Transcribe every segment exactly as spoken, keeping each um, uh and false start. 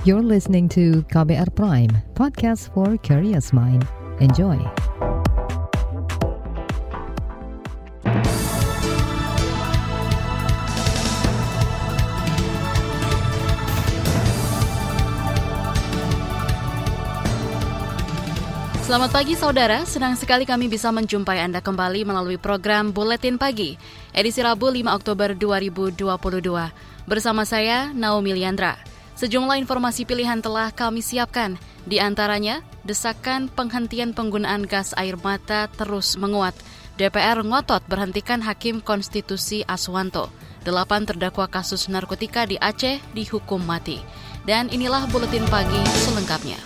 You're listening to K B R Prime, podcast for curious mind. Enjoy. Selamat pagi saudara, senang sekali kami bisa menjumpai Anda kembali melalui program Buletin Pagi, edisi Rabu lima Oktober dua ribu dua puluh dua. Bersama saya, Naomi Liandra. Sejumlah informasi pilihan telah kami siapkan, di antaranya desakan penghentian penggunaan gas air mata terus menguat. D P R ngotot berhentikan Hakim Konstitusi Aswanto. Delapan terdakwa kasus narkotika di Aceh dihukum mati. Dan inilah Buletin Pagi selengkapnya.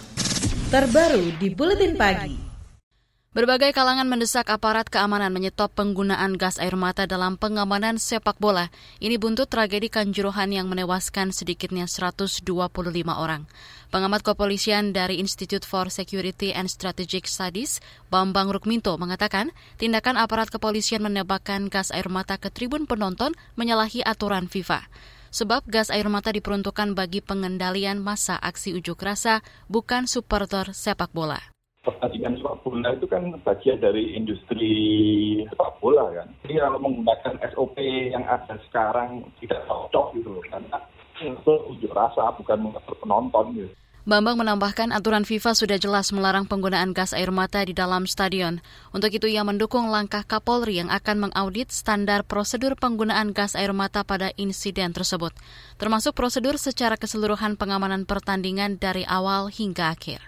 Terbaru di Buletin Pagi. Berbagai kalangan mendesak aparat keamanan menyetop penggunaan gas air mata dalam pengamanan sepak bola. Ini buntut tragedi Kanjuruhan yang menewaskan sedikitnya seratus dua puluh lima orang. Pengamat kepolisian dari Institute for Security and Strategic Studies, Bambang Rukminto, mengatakan tindakan aparat kepolisian menembakkan gas air mata ke tribun penonton menyalahi aturan FIFA. Sebab gas air mata diperuntukkan bagi pengendalian massa aksi ujuk rasa, bukan supporter sepak bola. Pertandingan sepak bola itu kan bagian dari industri sepak bola kan. Jadi kalau menggunakan S O P yang ada sekarang tidak cocok gitu loh, karena itu ujuk rasa bukan mengatur penonton gitu. Bambang menambahkan aturan FIFA sudah jelas melarang penggunaan gas air mata di dalam stadion. Untuk itu ia mendukung langkah Kapolri yang akan mengaudit standar prosedur penggunaan gas air mata pada insiden tersebut, termasuk prosedur secara keseluruhan pengamanan pertandingan dari awal hingga akhir.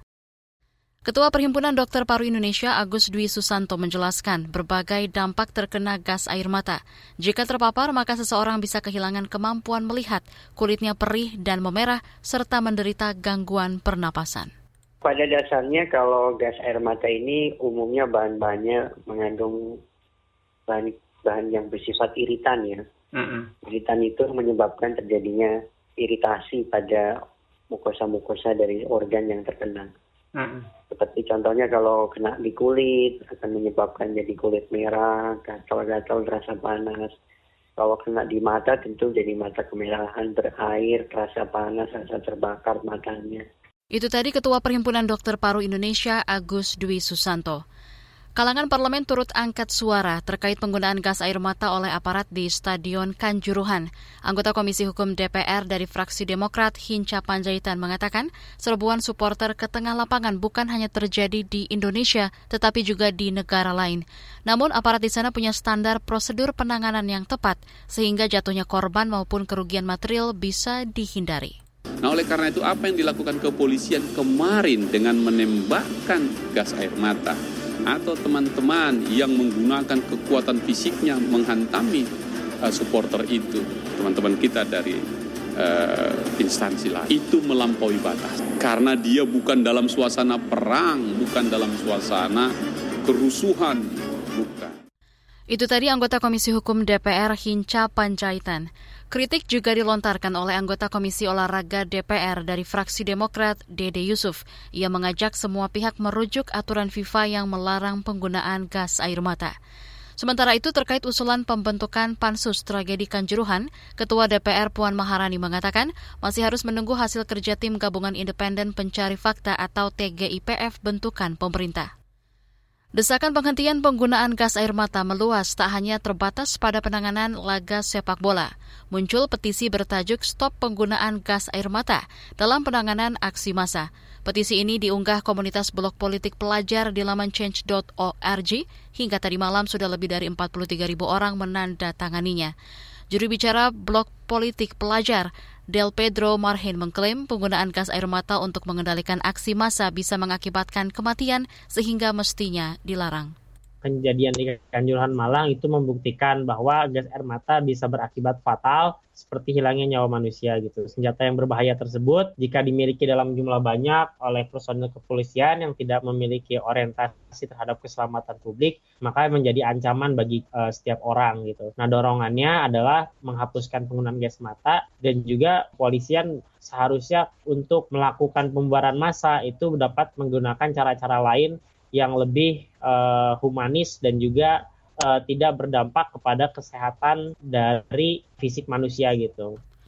Ketua Perhimpunan Dokter Paru Indonesia Agus Dwi Susanto menjelaskan berbagai dampak terkena gas air mata. Jika terpapar, maka seseorang bisa kehilangan kemampuan melihat, kulitnya perih dan memerah, serta menderita gangguan pernapasan. Pada dasarnya kalau gas air mata ini umumnya bahan-bahannya mengandung bahan, bahan yang bersifat iritan ya. Mm-hmm. Iritan itu menyebabkan terjadinya iritasi pada mukosa-mukosa dari organ yang terkena. Mm-hmm. Seperti contohnya kalau kena di kulit akan menyebabkan jadi kulit merah, gatal-gatal, rasa panas. Kalau kena di mata tentu jadi mata kemerahan, berair, rasa panas, rasa terbakar matanya. Itu tadi Ketua Perhimpunan Dokter Paru Indonesia Agus Dwi Susanto. Kalangan parlemen turut angkat suara terkait penggunaan gas air mata oleh aparat di Stadion Kanjuruhan. Anggota Komisi Hukum D P R dari fraksi Demokrat Hinca Panjaitan mengatakan serbuan supporter ke tengah lapangan bukan hanya terjadi di Indonesia, tetapi juga di negara lain. Namun aparat di sana punya standar prosedur penanganan yang tepat, sehingga jatuhnya korban maupun kerugian material bisa dihindari. Nah, oleh karena itu apa yang dilakukan kepolisian kemarin dengan menembakkan gas air mata, atau teman-teman yang menggunakan kekuatan fisiknya menghantami uh, supporter itu, teman-teman kita dari uh, instansi lain, itu melampaui batas. Karena dia bukan dalam suasana perang, bukan dalam suasana kerusuhan, bukan. Itu tadi anggota Komisi Hukum D P R Hinca Panjaitan. Kritik juga dilontarkan oleh anggota Komisi Olahraga D P R dari fraksi Demokrat, Dede Yusuf. Ia mengajak semua pihak merujuk aturan FIFA yang melarang penggunaan gas air mata. Sementara itu terkait usulan pembentukan Pansus Tragedi Kanjuruhan, Ketua D P R Puan Maharani mengatakan masih harus menunggu hasil kerja Tim Gabungan Independen Pencari Fakta atau T G I P F bentukan pemerintah. Desakan penghentian penggunaan gas air mata meluas tak hanya terbatas pada penanganan laga sepak bola. Muncul petisi bertajuk Stop Penggunaan Gas Air Mata dalam penanganan aksi massa. Petisi ini diunggah komunitas blog politik pelajar di laman change dot org. Hingga tadi malam sudah lebih dari empat puluh tiga ribu orang menandatanganinya. Juru bicara blog politik pelajar, Del Pedro Marhen, mengklaim penggunaan gas air mata untuk mengendalikan aksi massa bisa mengakibatkan kematian sehingga mestinya dilarang. Kejadian di Kanjuruhan Malang itu membuktikan bahwa gas air mata bisa berakibat fatal seperti hilangnya nyawa manusia gitu. Senjata yang berbahaya tersebut jika dimiliki dalam jumlah banyak oleh personel kepolisian yang tidak memiliki orientasi terhadap keselamatan publik, maka menjadi ancaman bagi uh, setiap orang gitu. Nah, dorongannya adalah menghapuskan penggunaan gas mata dan juga kepolisian seharusnya untuk melakukan pembubaran massa itu dapat menggunakan cara-cara lain yang lebih uh, humanis dan juga uh, tidak berdampak kepada kesehatan dari fisik manusia gitu.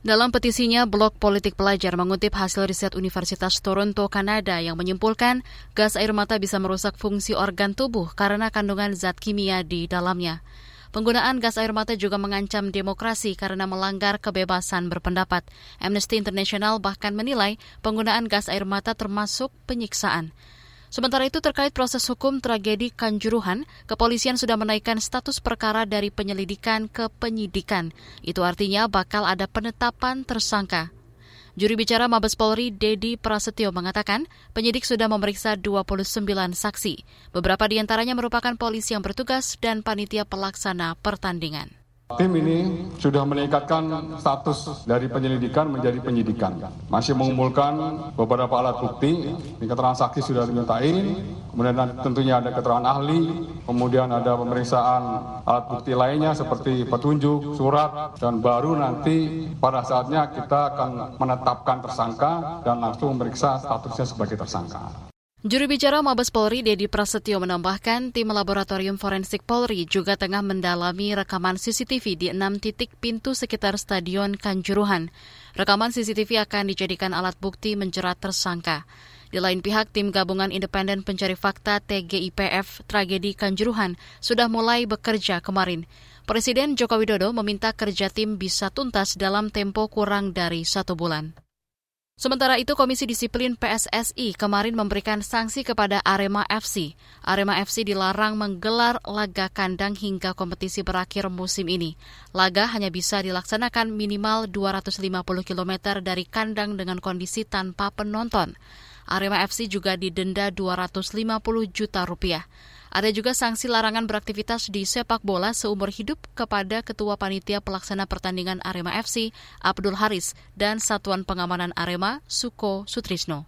Dalam petisinya, Blok Politik Pelajar mengutip hasil riset Universitas Toronto, Kanada yang menyimpulkan gas air mata bisa merusak fungsi organ tubuh karena kandungan zat kimia di dalamnya. Penggunaan gas air mata juga mengancam demokrasi karena melanggar kebebasan berpendapat. Amnesty International bahkan menilai penggunaan gas air mata termasuk penyiksaan. Sementara itu terkait proses hukum tragedi Kanjuruhan, kepolisian sudah menaikkan status perkara dari penyelidikan ke penyidikan. Itu artinya bakal ada penetapan tersangka. Juri bicara Mabes Polri, Dedi Prasetyo, mengatakan penyidik sudah memeriksa dua puluh sembilan saksi. Beberapa di antaranya merupakan polisi yang bertugas dan panitia pelaksana pertandingan. Tim ini sudah meningkatkan status dari penyelidikan menjadi penyidikan. Masih mengumpulkan beberapa alat bukti, keterangan saksi sudah dimintain, kemudian tentunya ada keterangan ahli, kemudian ada pemeriksaan alat bukti lainnya seperti petunjuk, surat, dan baru nanti pada saatnya kita akan menetapkan tersangka dan langsung memeriksa statusnya sebagai tersangka. Juru bicara Mabes Polri, Dedi Prasetyo, menambahkan tim laboratorium forensik Polri juga tengah mendalami rekaman C C T V di enam titik pintu sekitar Stadion Kanjuruhan. Rekaman C C T V akan dijadikan alat bukti menjerat tersangka. Di lain pihak, tim gabungan independen pencari fakta T G I P F tragedi Kanjuruhan sudah mulai bekerja kemarin. Presiden Joko Widodo meminta kerja tim bisa tuntas dalam tempo kurang dari satu bulan. Sementara itu, Komisi Disiplin P S S I kemarin memberikan sanksi kepada Arema F C. Arema F C dilarang menggelar laga kandang hingga kompetisi berakhir musim ini. Laga hanya bisa dilaksanakan minimal dua ratus lima puluh kilometer dari kandang dengan kondisi tanpa penonton. Arema F C juga didenda dua ratus lima puluh juta rupiah. Ada juga sanksi larangan beraktivitas di sepak bola seumur hidup kepada Ketua Panitia Pelaksana Pertandingan Arema F C, Abdul Haris, dan Satuan Pengamanan Arema, Suko Sutrisno.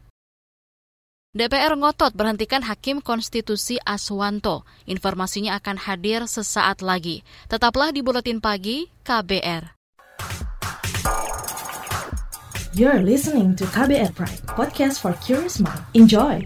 D P R ngotot berhentikan Hakim Konstitusi Aswanto. Informasinya akan hadir sesaat lagi. Tetaplah di Buletin Pagi K B R. You're listening to K B R Prime, podcast for curious mind. Enjoy!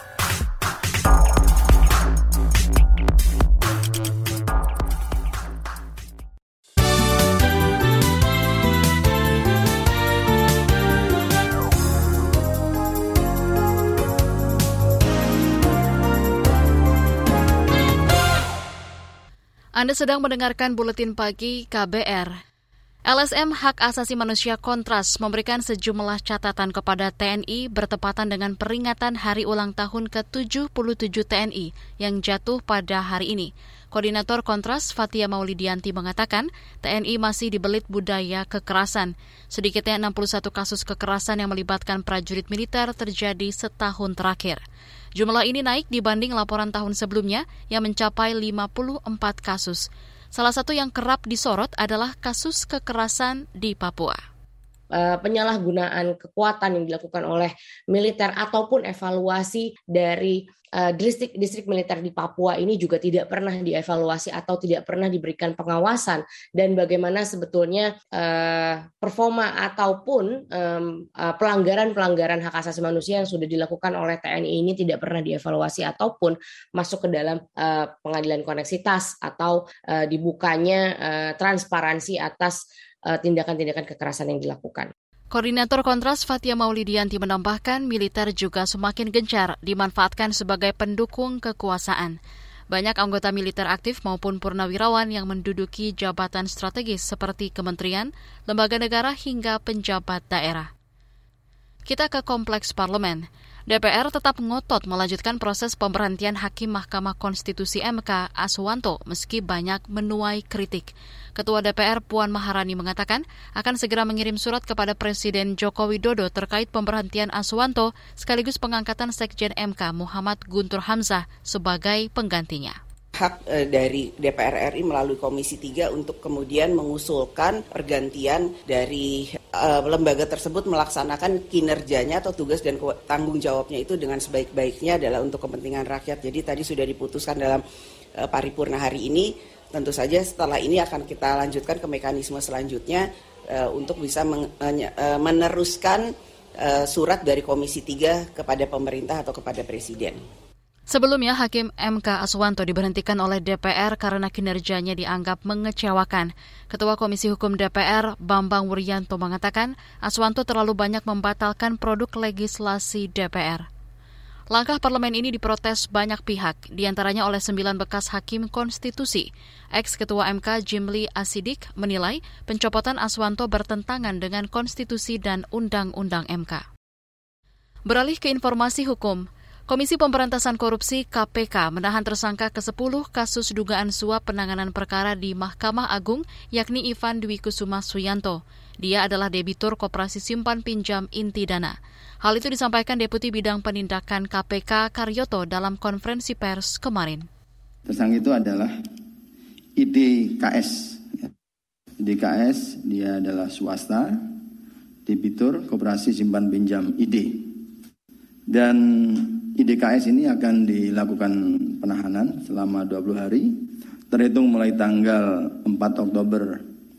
Anda sedang mendengarkan Buletin Pagi K B R. L S M Hak Asasi Manusia Kontras memberikan sejumlah catatan kepada T N I bertepatan dengan peringatan Hari Ulang Tahun ke tujuh puluh tujuh T N I yang jatuh pada hari ini. Koordinator Kontras Fathia Maulidianti mengatakan T N I masih dibelit budaya kekerasan. Sedikitnya enam puluh satu kasus kekerasan yang melibatkan prajurit militer terjadi setahun terakhir. Jumlah ini naik dibanding laporan tahun sebelumnya yang mencapai lima puluh empat kasus. Salah satu yang kerap disorot adalah kasus kekerasan di Papua. Penyalahgunaan kekuatan yang dilakukan oleh militer ataupun evaluasi dari uh, distrik-distrik militer di Papua ini juga tidak pernah dievaluasi atau tidak pernah diberikan pengawasan, dan bagaimana sebetulnya uh, performa ataupun um, uh, pelanggaran-pelanggaran hak asasi manusia yang sudah dilakukan oleh T N I ini tidak pernah dievaluasi ataupun masuk ke dalam uh, pengadilan koneksitas atau uh, dibukanya uh, transparansi atas tindakan-tindakan kekerasan yang dilakukan. Koordinator Kontras Fathia Maulidianti menambahkan militer juga semakin gencar dimanfaatkan sebagai pendukung kekuasaan. Banyak anggota militer aktif maupun purnawirawan yang menduduki jabatan strategis seperti kementerian, lembaga negara hingga penjabat daerah. Kita ke Kompleks Parlemen. D P R tetap ngotot melanjutkan proses pemberhentian Hakim Mahkamah Konstitusi M K Aswanto meski banyak menuai kritik. Ketua D P R Puan Maharani mengatakan akan segera mengirim surat kepada Presiden Joko Widodo terkait pemberhentian Aswanto sekaligus pengangkatan Sekjen M K Muhammad Guntur Hamzah sebagai penggantinya. Hak e, dari D P R R I melalui Komisi tiga untuk kemudian mengusulkan pergantian dari e, lembaga tersebut melaksanakan kinerjanya atau tugas dan tanggung jawabnya itu dengan sebaik-baiknya adalah untuk kepentingan rakyat. Jadi tadi sudah diputuskan dalam e, paripurna hari ini. Tentu saja setelah ini akan kita lanjutkan ke mekanisme selanjutnya e, untuk bisa meng, e, meneruskan e, surat dari Komisi tiga kepada pemerintah atau kepada Presiden. Sebelumnya, Hakim M K Aswanto diberhentikan oleh D P R karena kinerjanya dianggap mengecewakan. Ketua Komisi Hukum D P R, Bambang Wuryanto, mengatakan Aswanto terlalu banyak membatalkan produk legislasi D P R. Langkah parlemen ini diprotes banyak pihak, diantaranya oleh sembilan bekas hakim konstitusi. Ex-Ketua M K Jimli Asidik menilai pencopotan Aswanto bertentangan dengan konstitusi dan undang-undang M K. Beralih ke informasi hukum, Komisi Pemberantasan Korupsi K P K menahan tersangka kesepuluh kasus dugaan suap penanganan perkara di Mahkamah Agung, yakni Ivan Dwi Kusuma Suyanto. Dia adalah debitur Koperasi Simpan Pinjam Inti Dana. Hal itu disampaikan Deputi Bidang Penindakan K P K Karyoto dalam konferensi pers kemarin. Tersangka itu adalah I D K S. I D K S dia adalah swasta, debitur Koperasi Simpan Pinjam I D. Dan I D K S ini akan dilakukan penahanan selama dua puluh hari, terhitung mulai tanggal empat Oktober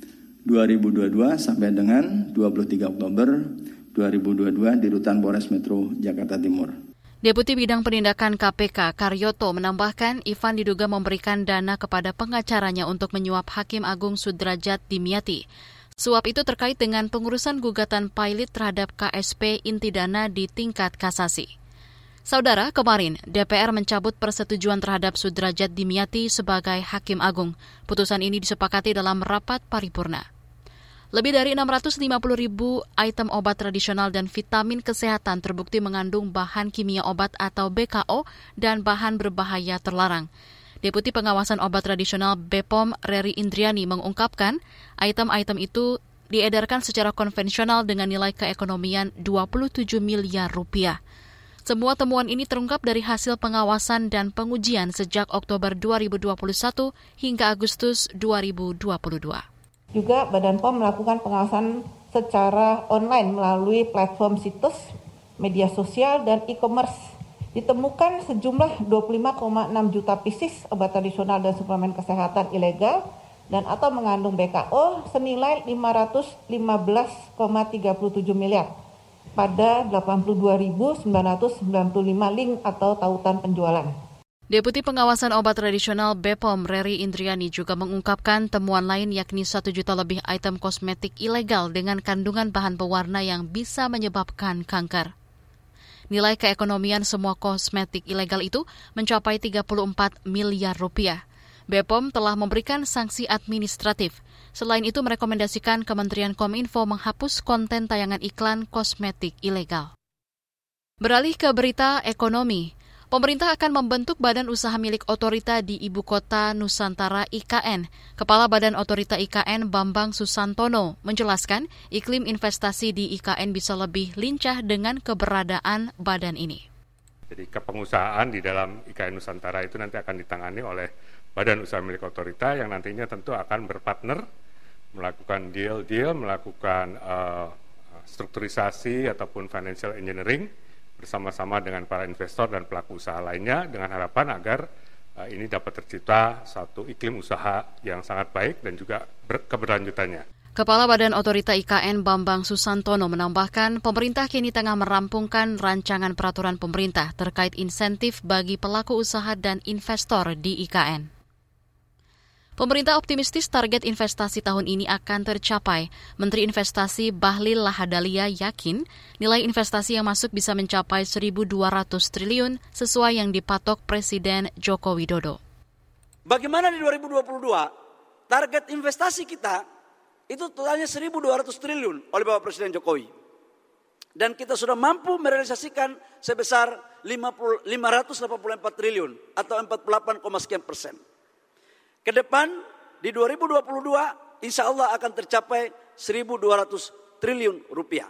dua ribu dua puluh dua sampai dengan dua puluh tiga Oktober dua ribu dua puluh dua di Rutan Polres Metro Jakarta Timur. Deputi Bidang Penindakan K P K Karyoto menambahkan Ivan diduga memberikan dana kepada pengacaranya untuk menyuap Hakim Agung Sudrajat Dimyati. Suap itu terkait dengan pengurusan gugatan pilot terhadap K S P Inti Dana di tingkat kasasi. Saudara, kemarin D P R mencabut persetujuan terhadap Sudrajat Dimyati sebagai Hakim Agung. Putusan ini disepakati dalam rapat paripurna. Lebih dari enam ratus lima puluh ribu item obat tradisional dan vitamin kesehatan terbukti mengandung bahan kimia obat atau B K O dan bahan berbahaya terlarang. Deputi Pengawasan Obat Tradisional B P O M Reri Indriani mengungkapkan item-item itu diedarkan secara konvensional dengan nilai keekonomian dua puluh tujuh miliar rupiah. Semua temuan ini terungkap dari hasil pengawasan dan pengujian sejak Oktober dua ribu dua puluh satu hingga Agustus dua ribu dua puluh dua. Juga Badan P O M melakukan pengawasan secara online melalui platform situs, media sosial, dan e-commerce. Ditemukan sejumlah dua puluh lima koma enam juta pieces obat tradisional dan suplemen kesehatan ilegal dan atau mengandung B K O senilai lima ratus lima belas koma tiga puluh tujuh miliar. Pada delapan puluh dua ribu sembilan ratus sembilan puluh lima link atau tautan penjualan. Deputi Pengawasan Obat Tradisional B P O M Reri Indriani juga mengungkapkan temuan lain yakni satu juta lebih item kosmetik ilegal dengan kandungan bahan pewarna yang bisa menyebabkan kanker. Nilai keekonomian semua kosmetik ilegal itu mencapai tiga puluh empat miliar rupiah. B P O M telah memberikan sanksi administratif. Selain itu merekomendasikan Kementerian Kominfo menghapus konten tayangan iklan kosmetik ilegal. Beralih ke berita ekonomi, pemerintah akan membentuk badan usaha milik otorita di Ibu Kota Nusantara I K N. Kepala Badan Otorita I K N Bambang Susantono menjelaskan iklim investasi di I K N bisa lebih lincah dengan keberadaan badan ini. Jadi kepengusahaan di dalam I K N Nusantara itu nanti akan ditangani oleh Badan Usaha Milik Otorita yang nantinya tentu akan berpartner, melakukan deal-deal, melakukan uh, strukturisasi ataupun financial engineering bersama-sama dengan para investor dan pelaku usaha lainnya dengan harapan agar uh, ini dapat tercipta satu iklim usaha yang sangat baik dan juga ber- keberlanjutannya. Kepala Badan Otorita I K N Bambang Susantono menambahkan pemerintah kini tengah merampungkan rancangan peraturan pemerintah terkait insentif bagi pelaku usaha dan investor di I K N. Pemerintah optimistis target investasi tahun ini akan tercapai. Menteri Investasi Bahlil Lahadalia yakin nilai investasi yang masuk bisa mencapai seribu dua ratus triliun sesuai yang dipatok Presiden Joko Widodo. Bagaimana di dua ribu dua puluh dua target investasi kita itu totalnya seribu dua ratus triliun oleh Bapak Presiden Jokowi. Dan kita sudah mampu merealisasikan sebesar lima ratus delapan puluh empat triliun atau empat puluh delapan, sekian persen. Ke depan di dua ribu dua puluh dua insya Allah akan tercapai seribu dua ratus triliun rupiah.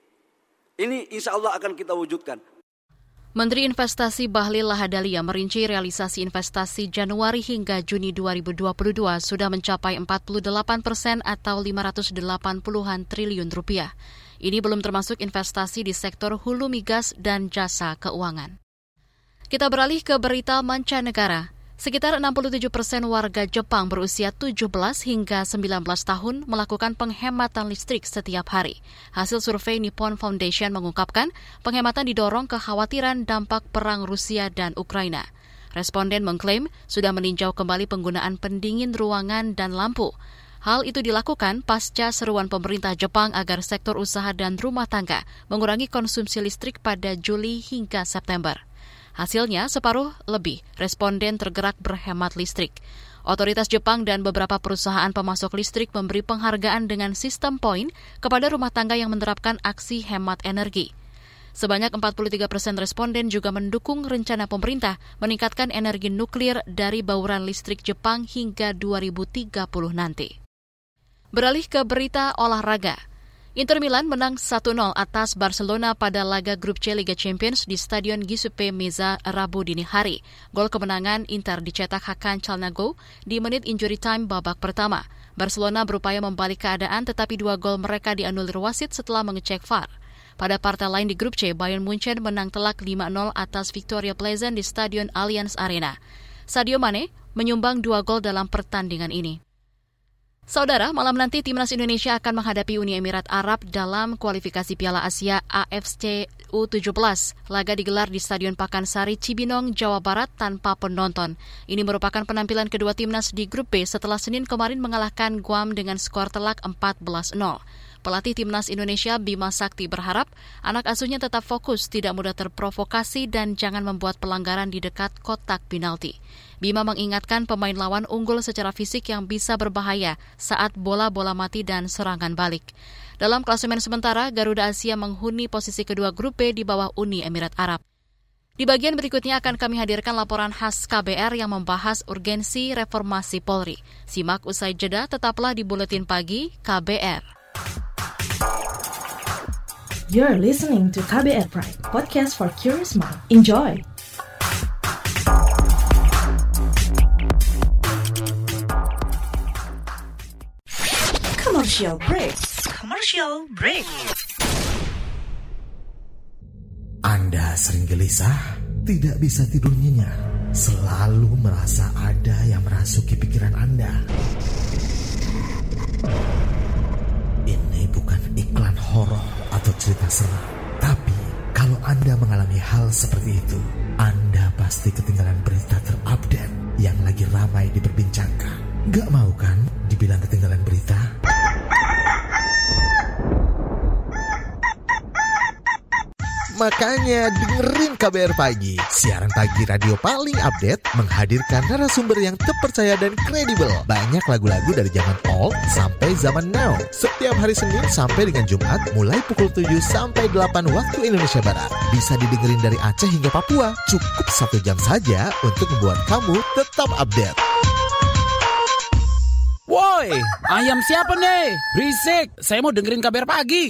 Ini insya Allah akan kita wujudkan. Menteri Investasi Bahlil Lahadalia merinci realisasi investasi Januari hingga Juni dua ribu dua puluh dua sudah mencapai empat puluh delapan persen atau lima ratus delapan puluhan triliun rupiah. Ini belum termasuk investasi di sektor hulu migas dan jasa keuangan. Kita beralih ke berita mancanegara. Sekitar enam puluh tujuh persen warga Jepang berusia tujuh belas hingga sembilan belas tahun melakukan penghematan listrik setiap hari. Hasil survei Nippon Foundation mengungkapkan penghematan didorong kekhawatiran dampak perang Rusia dan Ukraina. Responden mengklaim sudah meninjau kembali penggunaan pendingin ruangan dan lampu. Hal itu dilakukan pasca seruan pemerintah Jepang agar sektor usaha dan rumah tangga mengurangi konsumsi listrik pada Juli hingga September. Hasilnya, separuh lebih responden tergerak berhemat listrik. Otoritas Jepang dan beberapa perusahaan pemasok listrik memberi penghargaan dengan sistem poin kepada rumah tangga yang menerapkan aksi hemat energi. Sebanyak empat puluh tiga persen responden juga mendukung rencana pemerintah meningkatkan energi nuklir dari bauran listrik Jepang hingga dua ribu tiga puluh nanti. Beralih ke berita olahraga. Inter Milan menang satu nol atas Barcelona pada laga grup C Liga Champions di Stadion Giuseppe Meazza Rabu dini hari. Gol kemenangan Inter dicetak Hakan Çalhanoğlu di menit injury time babak pertama. Barcelona berupaya membalik keadaan tetapi dua gol mereka dianulir wasit setelah mengecek V A R. Pada partai lain di grup C, Bayern Munchen menang telak lima nol atas Victoria Pleasant di Stadion Allianz Arena. Sadio Mane menyumbang dua gol dalam pertandingan ini. Saudara, malam nanti Timnas Indonesia akan menghadapi Uni Emirat Arab dalam kualifikasi Piala Asia A F C U tujuh belas. Laga digelar di Stadion Pakansari, Cibinong, Jawa Barat tanpa penonton. Ini merupakan penampilan kedua Timnas di grup B setelah Senin kemarin mengalahkan Guam dengan skor telak empat belas nol. Pelatih Timnas Indonesia Bima Sakti berharap anak asuhnya tetap fokus, tidak mudah terprovokasi dan jangan membuat pelanggaran di dekat kotak penalti. Bima mengingatkan pemain lawan unggul secara fisik yang bisa berbahaya saat bola-bola mati dan serangan balik. Dalam klasemen sementara, Garuda Asia menghuni posisi kedua grup B di bawah Uni Emirat Arab. Di bagian berikutnya akan kami hadirkan laporan khas K B R yang membahas urgensi reformasi Polri. Simak usai jeda, tetaplah di Buletin Pagi K B R. You're listening to K B R Prime, podcast for curious mind. Enjoy! Commercial break. Commercial break. Anda sering gelisah, tidak bisa tidur nyenyak, selalu merasa ada yang merasuki pikiran Anda. Ini bukan iklan horor atau cerita seram, tapi kalau Anda mengalami hal seperti itu, Anda pasti ketinggalan berita terupdate yang lagi ramai diperbincangkan. Gak mau kan dibilang ketinggalan berita? Makanya dengerin K B R Pagi, siaran pagi radio paling update, menghadirkan narasumber yang terpercaya dan kredibel. Banyak lagu-lagu dari zaman old sampai zaman now. Setiap hari Senin sampai dengan Jumat, mulai pukul tujuh sampai delapan waktu Indonesia Barat. Bisa didengerin dari Aceh hingga Papua. Cukup satu jam saja untuk membuat kamu tetap update. Woi, ayam siapa nih? Berisik, saya mau dengerin K B R Pagi.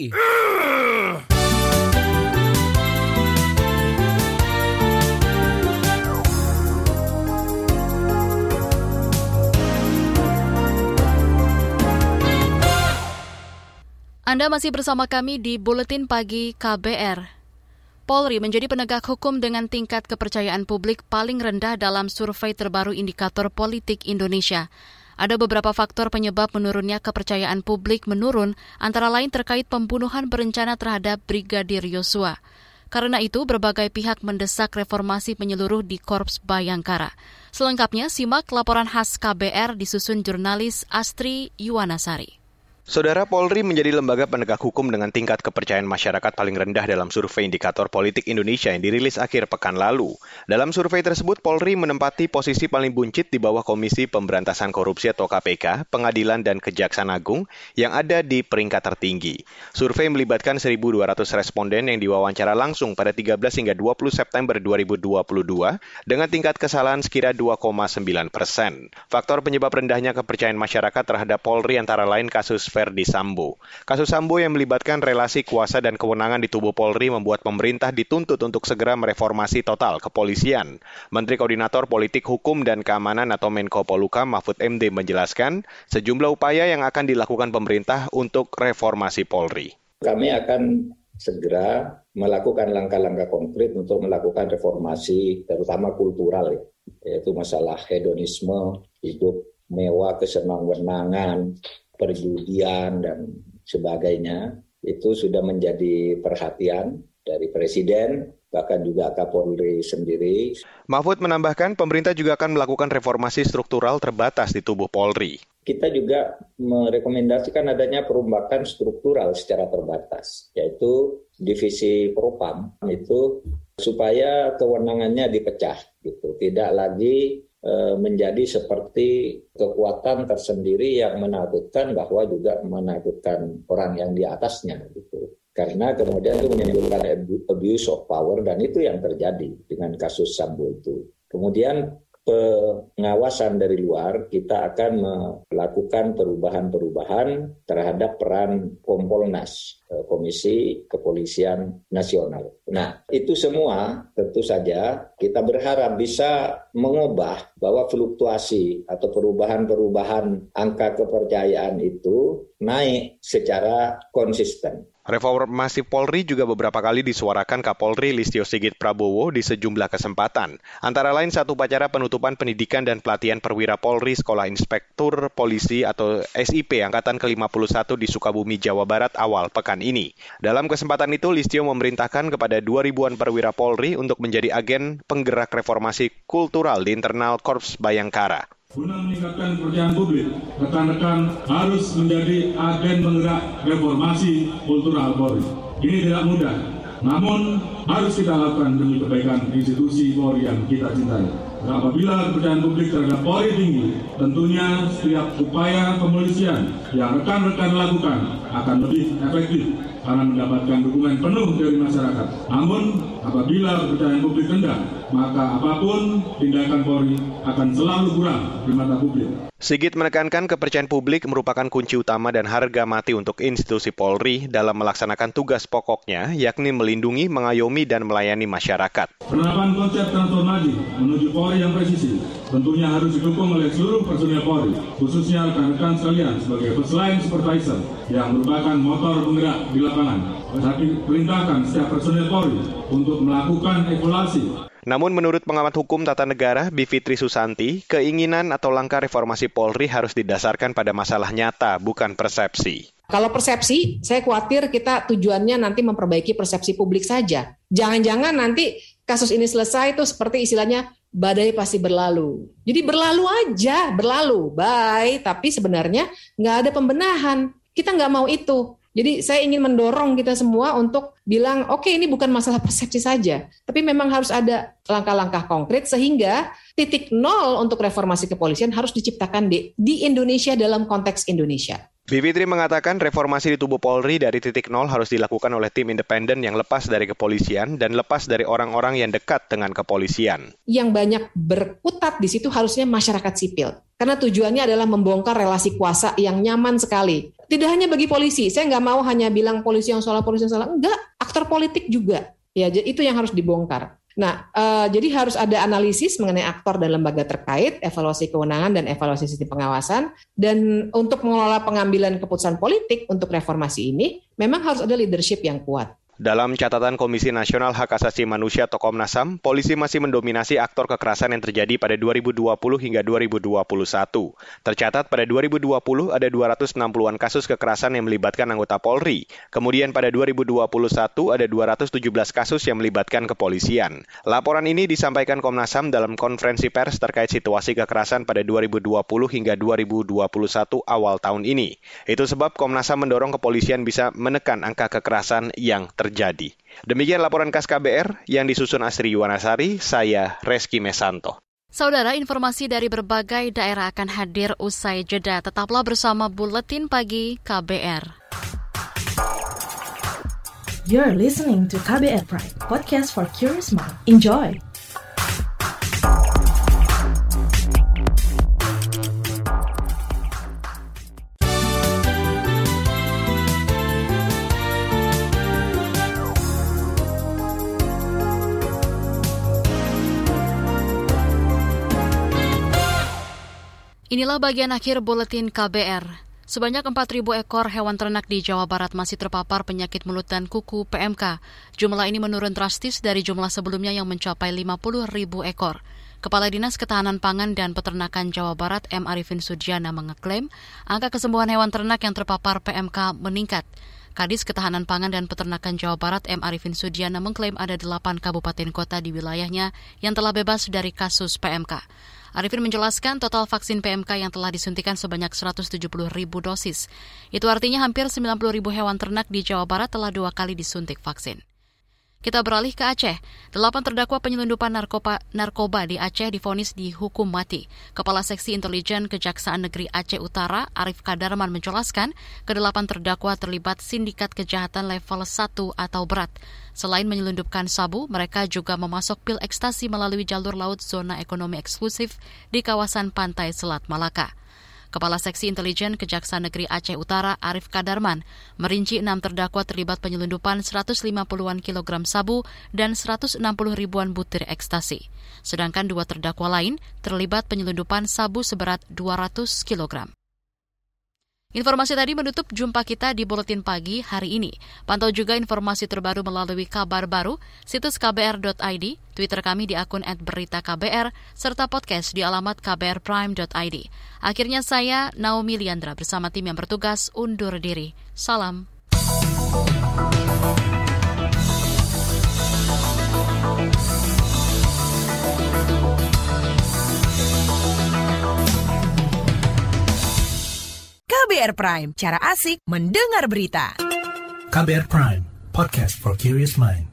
Anda masih bersama kami di Buletin Pagi K B R. Polri menjadi penegak hukum dengan tingkat kepercayaan publik paling rendah dalam survei terbaru Indikator Politik Indonesia. Ada beberapa faktor penyebab menurunnya kepercayaan publik menurun, antara lain terkait pembunuhan berencana terhadap Brigadir Yosua. Karena itu, berbagai pihak mendesak reformasi menyeluruh di Korps Bayangkara. Selengkapnya, simak laporan khas K B R disusun jurnalis Astri Yuwanasari. Saudara, Polri menjadi lembaga penegak hukum dengan tingkat kepercayaan masyarakat paling rendah dalam survei Indikator Politik Indonesia yang dirilis akhir pekan lalu. Dalam survei tersebut, Polri menempati posisi paling buncit di bawah Komisi Pemberantasan Korupsi atau K P K, Pengadilan dan Kejaksaan Agung yang ada di peringkat tertinggi. Survei melibatkan seribu dua ratus responden yang diwawancara langsung pada tiga belas hingga dua puluh September dua ribu dua puluh dua dengan tingkat kesalahan sekira dua koma sembilan persen. Faktor penyebab rendahnya kepercayaan masyarakat terhadap Polri antara lain kasus Verdi Sambo. Kasus Sambo yang melibatkan relasi kuasa dan kewenangan di tubuh Polri membuat pemerintah dituntut untuk segera mereformasi total kepolisian. Menteri Koordinator Politik Hukum dan Keamanan atau Menko Polhukam Mahfud M D menjelaskan sejumlah upaya yang akan dilakukan pemerintah untuk reformasi Polri. Kami akan segera melakukan langkah-langkah konkret untuk melakukan reformasi, terutama kultural, ya, yaitu masalah hedonisme, hidup mewah, kesenang-wenangan, perjudian, dan sebagainya. Itu sudah menjadi perhatian dari Presiden, bahkan juga Kapolri sendiri. Mahfud menambahkan pemerintah juga akan melakukan reformasi struktural terbatas di tubuh Polri. Kita juga merekomendasikan adanya perombakan struktural secara terbatas, yaitu divisi Propam itu supaya kewenangannya dipecah, gitu. Tidak lagi e, menjadi seperti kekuatan tersendiri yang menakutkan bahwa juga menakutkan orang yang di atasnya, gitu. Karena kemudian itu menimbulkan abuse of power, dan itu yang terjadi dengan kasus Sambo itu. Kemudian pengawasan dari luar, kita akan melakukan perubahan-perubahan terhadap peran Kompolnas, Komisi Kepolisian Nasional. Nah, itu semua tentu saja kita berharap bisa mengubah bahwa fluktuasi atau perubahan-perubahan angka kepercayaan itu naik secara konsisten. Reformasi Polri juga beberapa kali disuarakan Kapolri Listio Sigit Prabowo di sejumlah kesempatan. Antara lain saat upacara penutupan pendidikan dan pelatihan perwira Polri Sekolah Inspektur Polisi atau S I P Angkatan ke lima puluh satu di Sukabumi, Jawa Barat awal pekan ini. Dalam kesempatan itu, Listio memerintahkan kepada dua ribuan perwira Polri untuk menjadi agen penggerak reformasi kultural di internal Korps Bayangkara. Guna meningkatkan kepercayaan publik, rekan-rekan harus menjadi agen penggerak reformasi kultural Polri. Ini tidak mudah, namun harus kita lakukan demi kebaikan institusi Polri yang kita cintai. Dan apabila kepercayaan publik terhadap Polri tinggi, tentunya setiap upaya kepolisian yang rekan-rekan lakukan akan lebih efektif karena mendapatkan dukungan penuh dari masyarakat. Namun, apabila kepercayaan publik rendah, maka apapun tindakan Polri akan selalu kurang di mata publik. Sigit menekankan kepercayaan publik merupakan kunci utama dan harga mati untuk institusi Polri dalam melaksanakan tugas pokoknya, yakni melindungi, mengayomi, dan melayani masyarakat. Penerapan konsep transformasi menuju Polri yang presisi tentunya harus didukung oleh seluruh personel Polri, khususnya rekan-rekan sekalian sebagai first line supervisor yang merupakan motor penggerak di lapangan. Kami perintahkan setiap personel Polri untuk melakukan evaluasi. Namun menurut pengamat hukum tata negara Bivitri Susanti, keinginan atau langkah reformasi Polri harus didasarkan pada masalah nyata, bukan persepsi. Kalau persepsi, saya khawatir kita tujuannya nanti memperbaiki persepsi publik saja. Jangan-jangan nanti kasus ini selesai itu seperti istilahnya badai pasti berlalu. Jadi berlalu aja, berlalu, bye. Tapi sebenarnya nggak ada pembenahan. Kita nggak mau itu. Jadi saya ingin mendorong kita semua untuk bilang, oke okay, ini bukan masalah persepsi saja, tapi memang harus ada langkah-langkah konkret sehingga titik nol untuk reformasi kepolisian harus diciptakan di, di Indonesia dalam konteks Indonesia. Bivitri mengatakan reformasi di tubuh Polri dari titik nol harus dilakukan oleh tim independen yang lepas dari kepolisian dan lepas dari orang-orang yang dekat dengan kepolisian. Yang banyak berkutat di situ harusnya masyarakat sipil. Karena tujuannya adalah membongkar relasi kuasa yang nyaman sekali. Tidak hanya bagi polisi, saya nggak mau hanya bilang polisi yang salah, polisi yang salah. Enggak, aktor politik juga. Ya, itu yang harus dibongkar. Nah, uh, jadi harus ada analisis mengenai aktor dan lembaga terkait, evaluasi kewenangan dan evaluasi sistem pengawasan. Dan untuk mengelola pengambilan keputusan politik untuk reformasi ini, memang harus ada leadership yang kuat. Dalam catatan Komisi Nasional Hak Asasi Manusia atau Komnas H A M, polisi masih mendominasi aktor kekerasan yang terjadi pada dua ribu dua puluh hingga dua ribu dua puluh satu. Tercatat pada dua ribu dua puluh ada dua ratus enam puluhan kasus kekerasan yang melibatkan anggota Polri. Kemudian pada dua ribu dua puluh satu ada dua ratus tujuh belas kasus yang melibatkan kepolisian. Laporan ini disampaikan Komnas H A M dalam konferensi pers terkait situasi kekerasan pada dua ribu dua puluh hingga dua ribu dua puluh satu awal tahun ini. Itu sebab Komnas H A M mendorong kepolisian bisa menekan angka kekerasan yang terjadi. Jadi. Demikian laporan khas K B R yang disusun Asri Yuwanasari, saya Reski Mesanto. Saudara, informasi dari berbagai daerah akan hadir usai jeda. Tetaplah bersama Buletin Pagi K B R. You're listening to K B R Prime, podcast for curious mind. Enjoy! Inilah bagian akhir Buletin K B R. Sebanyak empat ribu ekor hewan ternak di Jawa Barat masih terpapar penyakit mulut dan kuku P M K. Jumlah ini menurun drastis dari jumlah sebelumnya yang mencapai lima puluh ribu ekor. Kepala Dinas Ketahanan Pangan dan Peternakan Jawa Barat M. Arifin Sudiana mengeklaim angka kesembuhan hewan ternak yang terpapar P M K meningkat. Kadis Ketahanan Pangan dan Peternakan Jawa Barat M. Arifin Sudiana mengklaim ada delapan kabupaten kota di wilayahnya yang telah bebas dari kasus P M K. Arifin menjelaskan total vaksin P M K yang telah disuntikan sebanyak seratus tujuh puluh ribu dosis. Itu artinya hampir sembilan puluh ribu hewan ternak di Jawa Barat telah dua kali disuntik vaksin. Kita beralih ke Aceh. Delapan terdakwa penyelundupan narkoba, narkoba di Aceh divonis dihukum mati. Kepala Seksi Intelijen Kejaksaan Negeri Aceh Utara, Arif Kadarman menjelaskan, kedelapan terdakwa terlibat sindikat kejahatan level satu atau berat. Selain menyelundupkan sabu, mereka juga memasok pil ekstasi melalui jalur laut zona ekonomi eksklusif di kawasan pantai Selat Malaka. Kepala Seksi Intelijen Kejaksaan Negeri Aceh Utara, Arif Kadarman, merinci enam terdakwa terlibat penyelundupan seratus lima puluhan kilogram sabu dan seratus enam puluh ribuan butir ekstasi. Sedangkan dua terdakwa lain terlibat penyelundupan sabu seberat dua ratus kilogram. Informasi tadi menutup jumpa kita di Buletin Pagi hari ini. Pantau juga informasi terbaru melalui kabar baru, situs k b r dot i d, Twitter kami di akun et berita k b r, serta podcast di alamat k b r prime dot i d. Akhirnya saya, Naomi Liandra, bersama tim yang bertugas undur diri. Salam. K B R Prime, cara asik mendengar berita. K B R Prime, podcast for curious mind.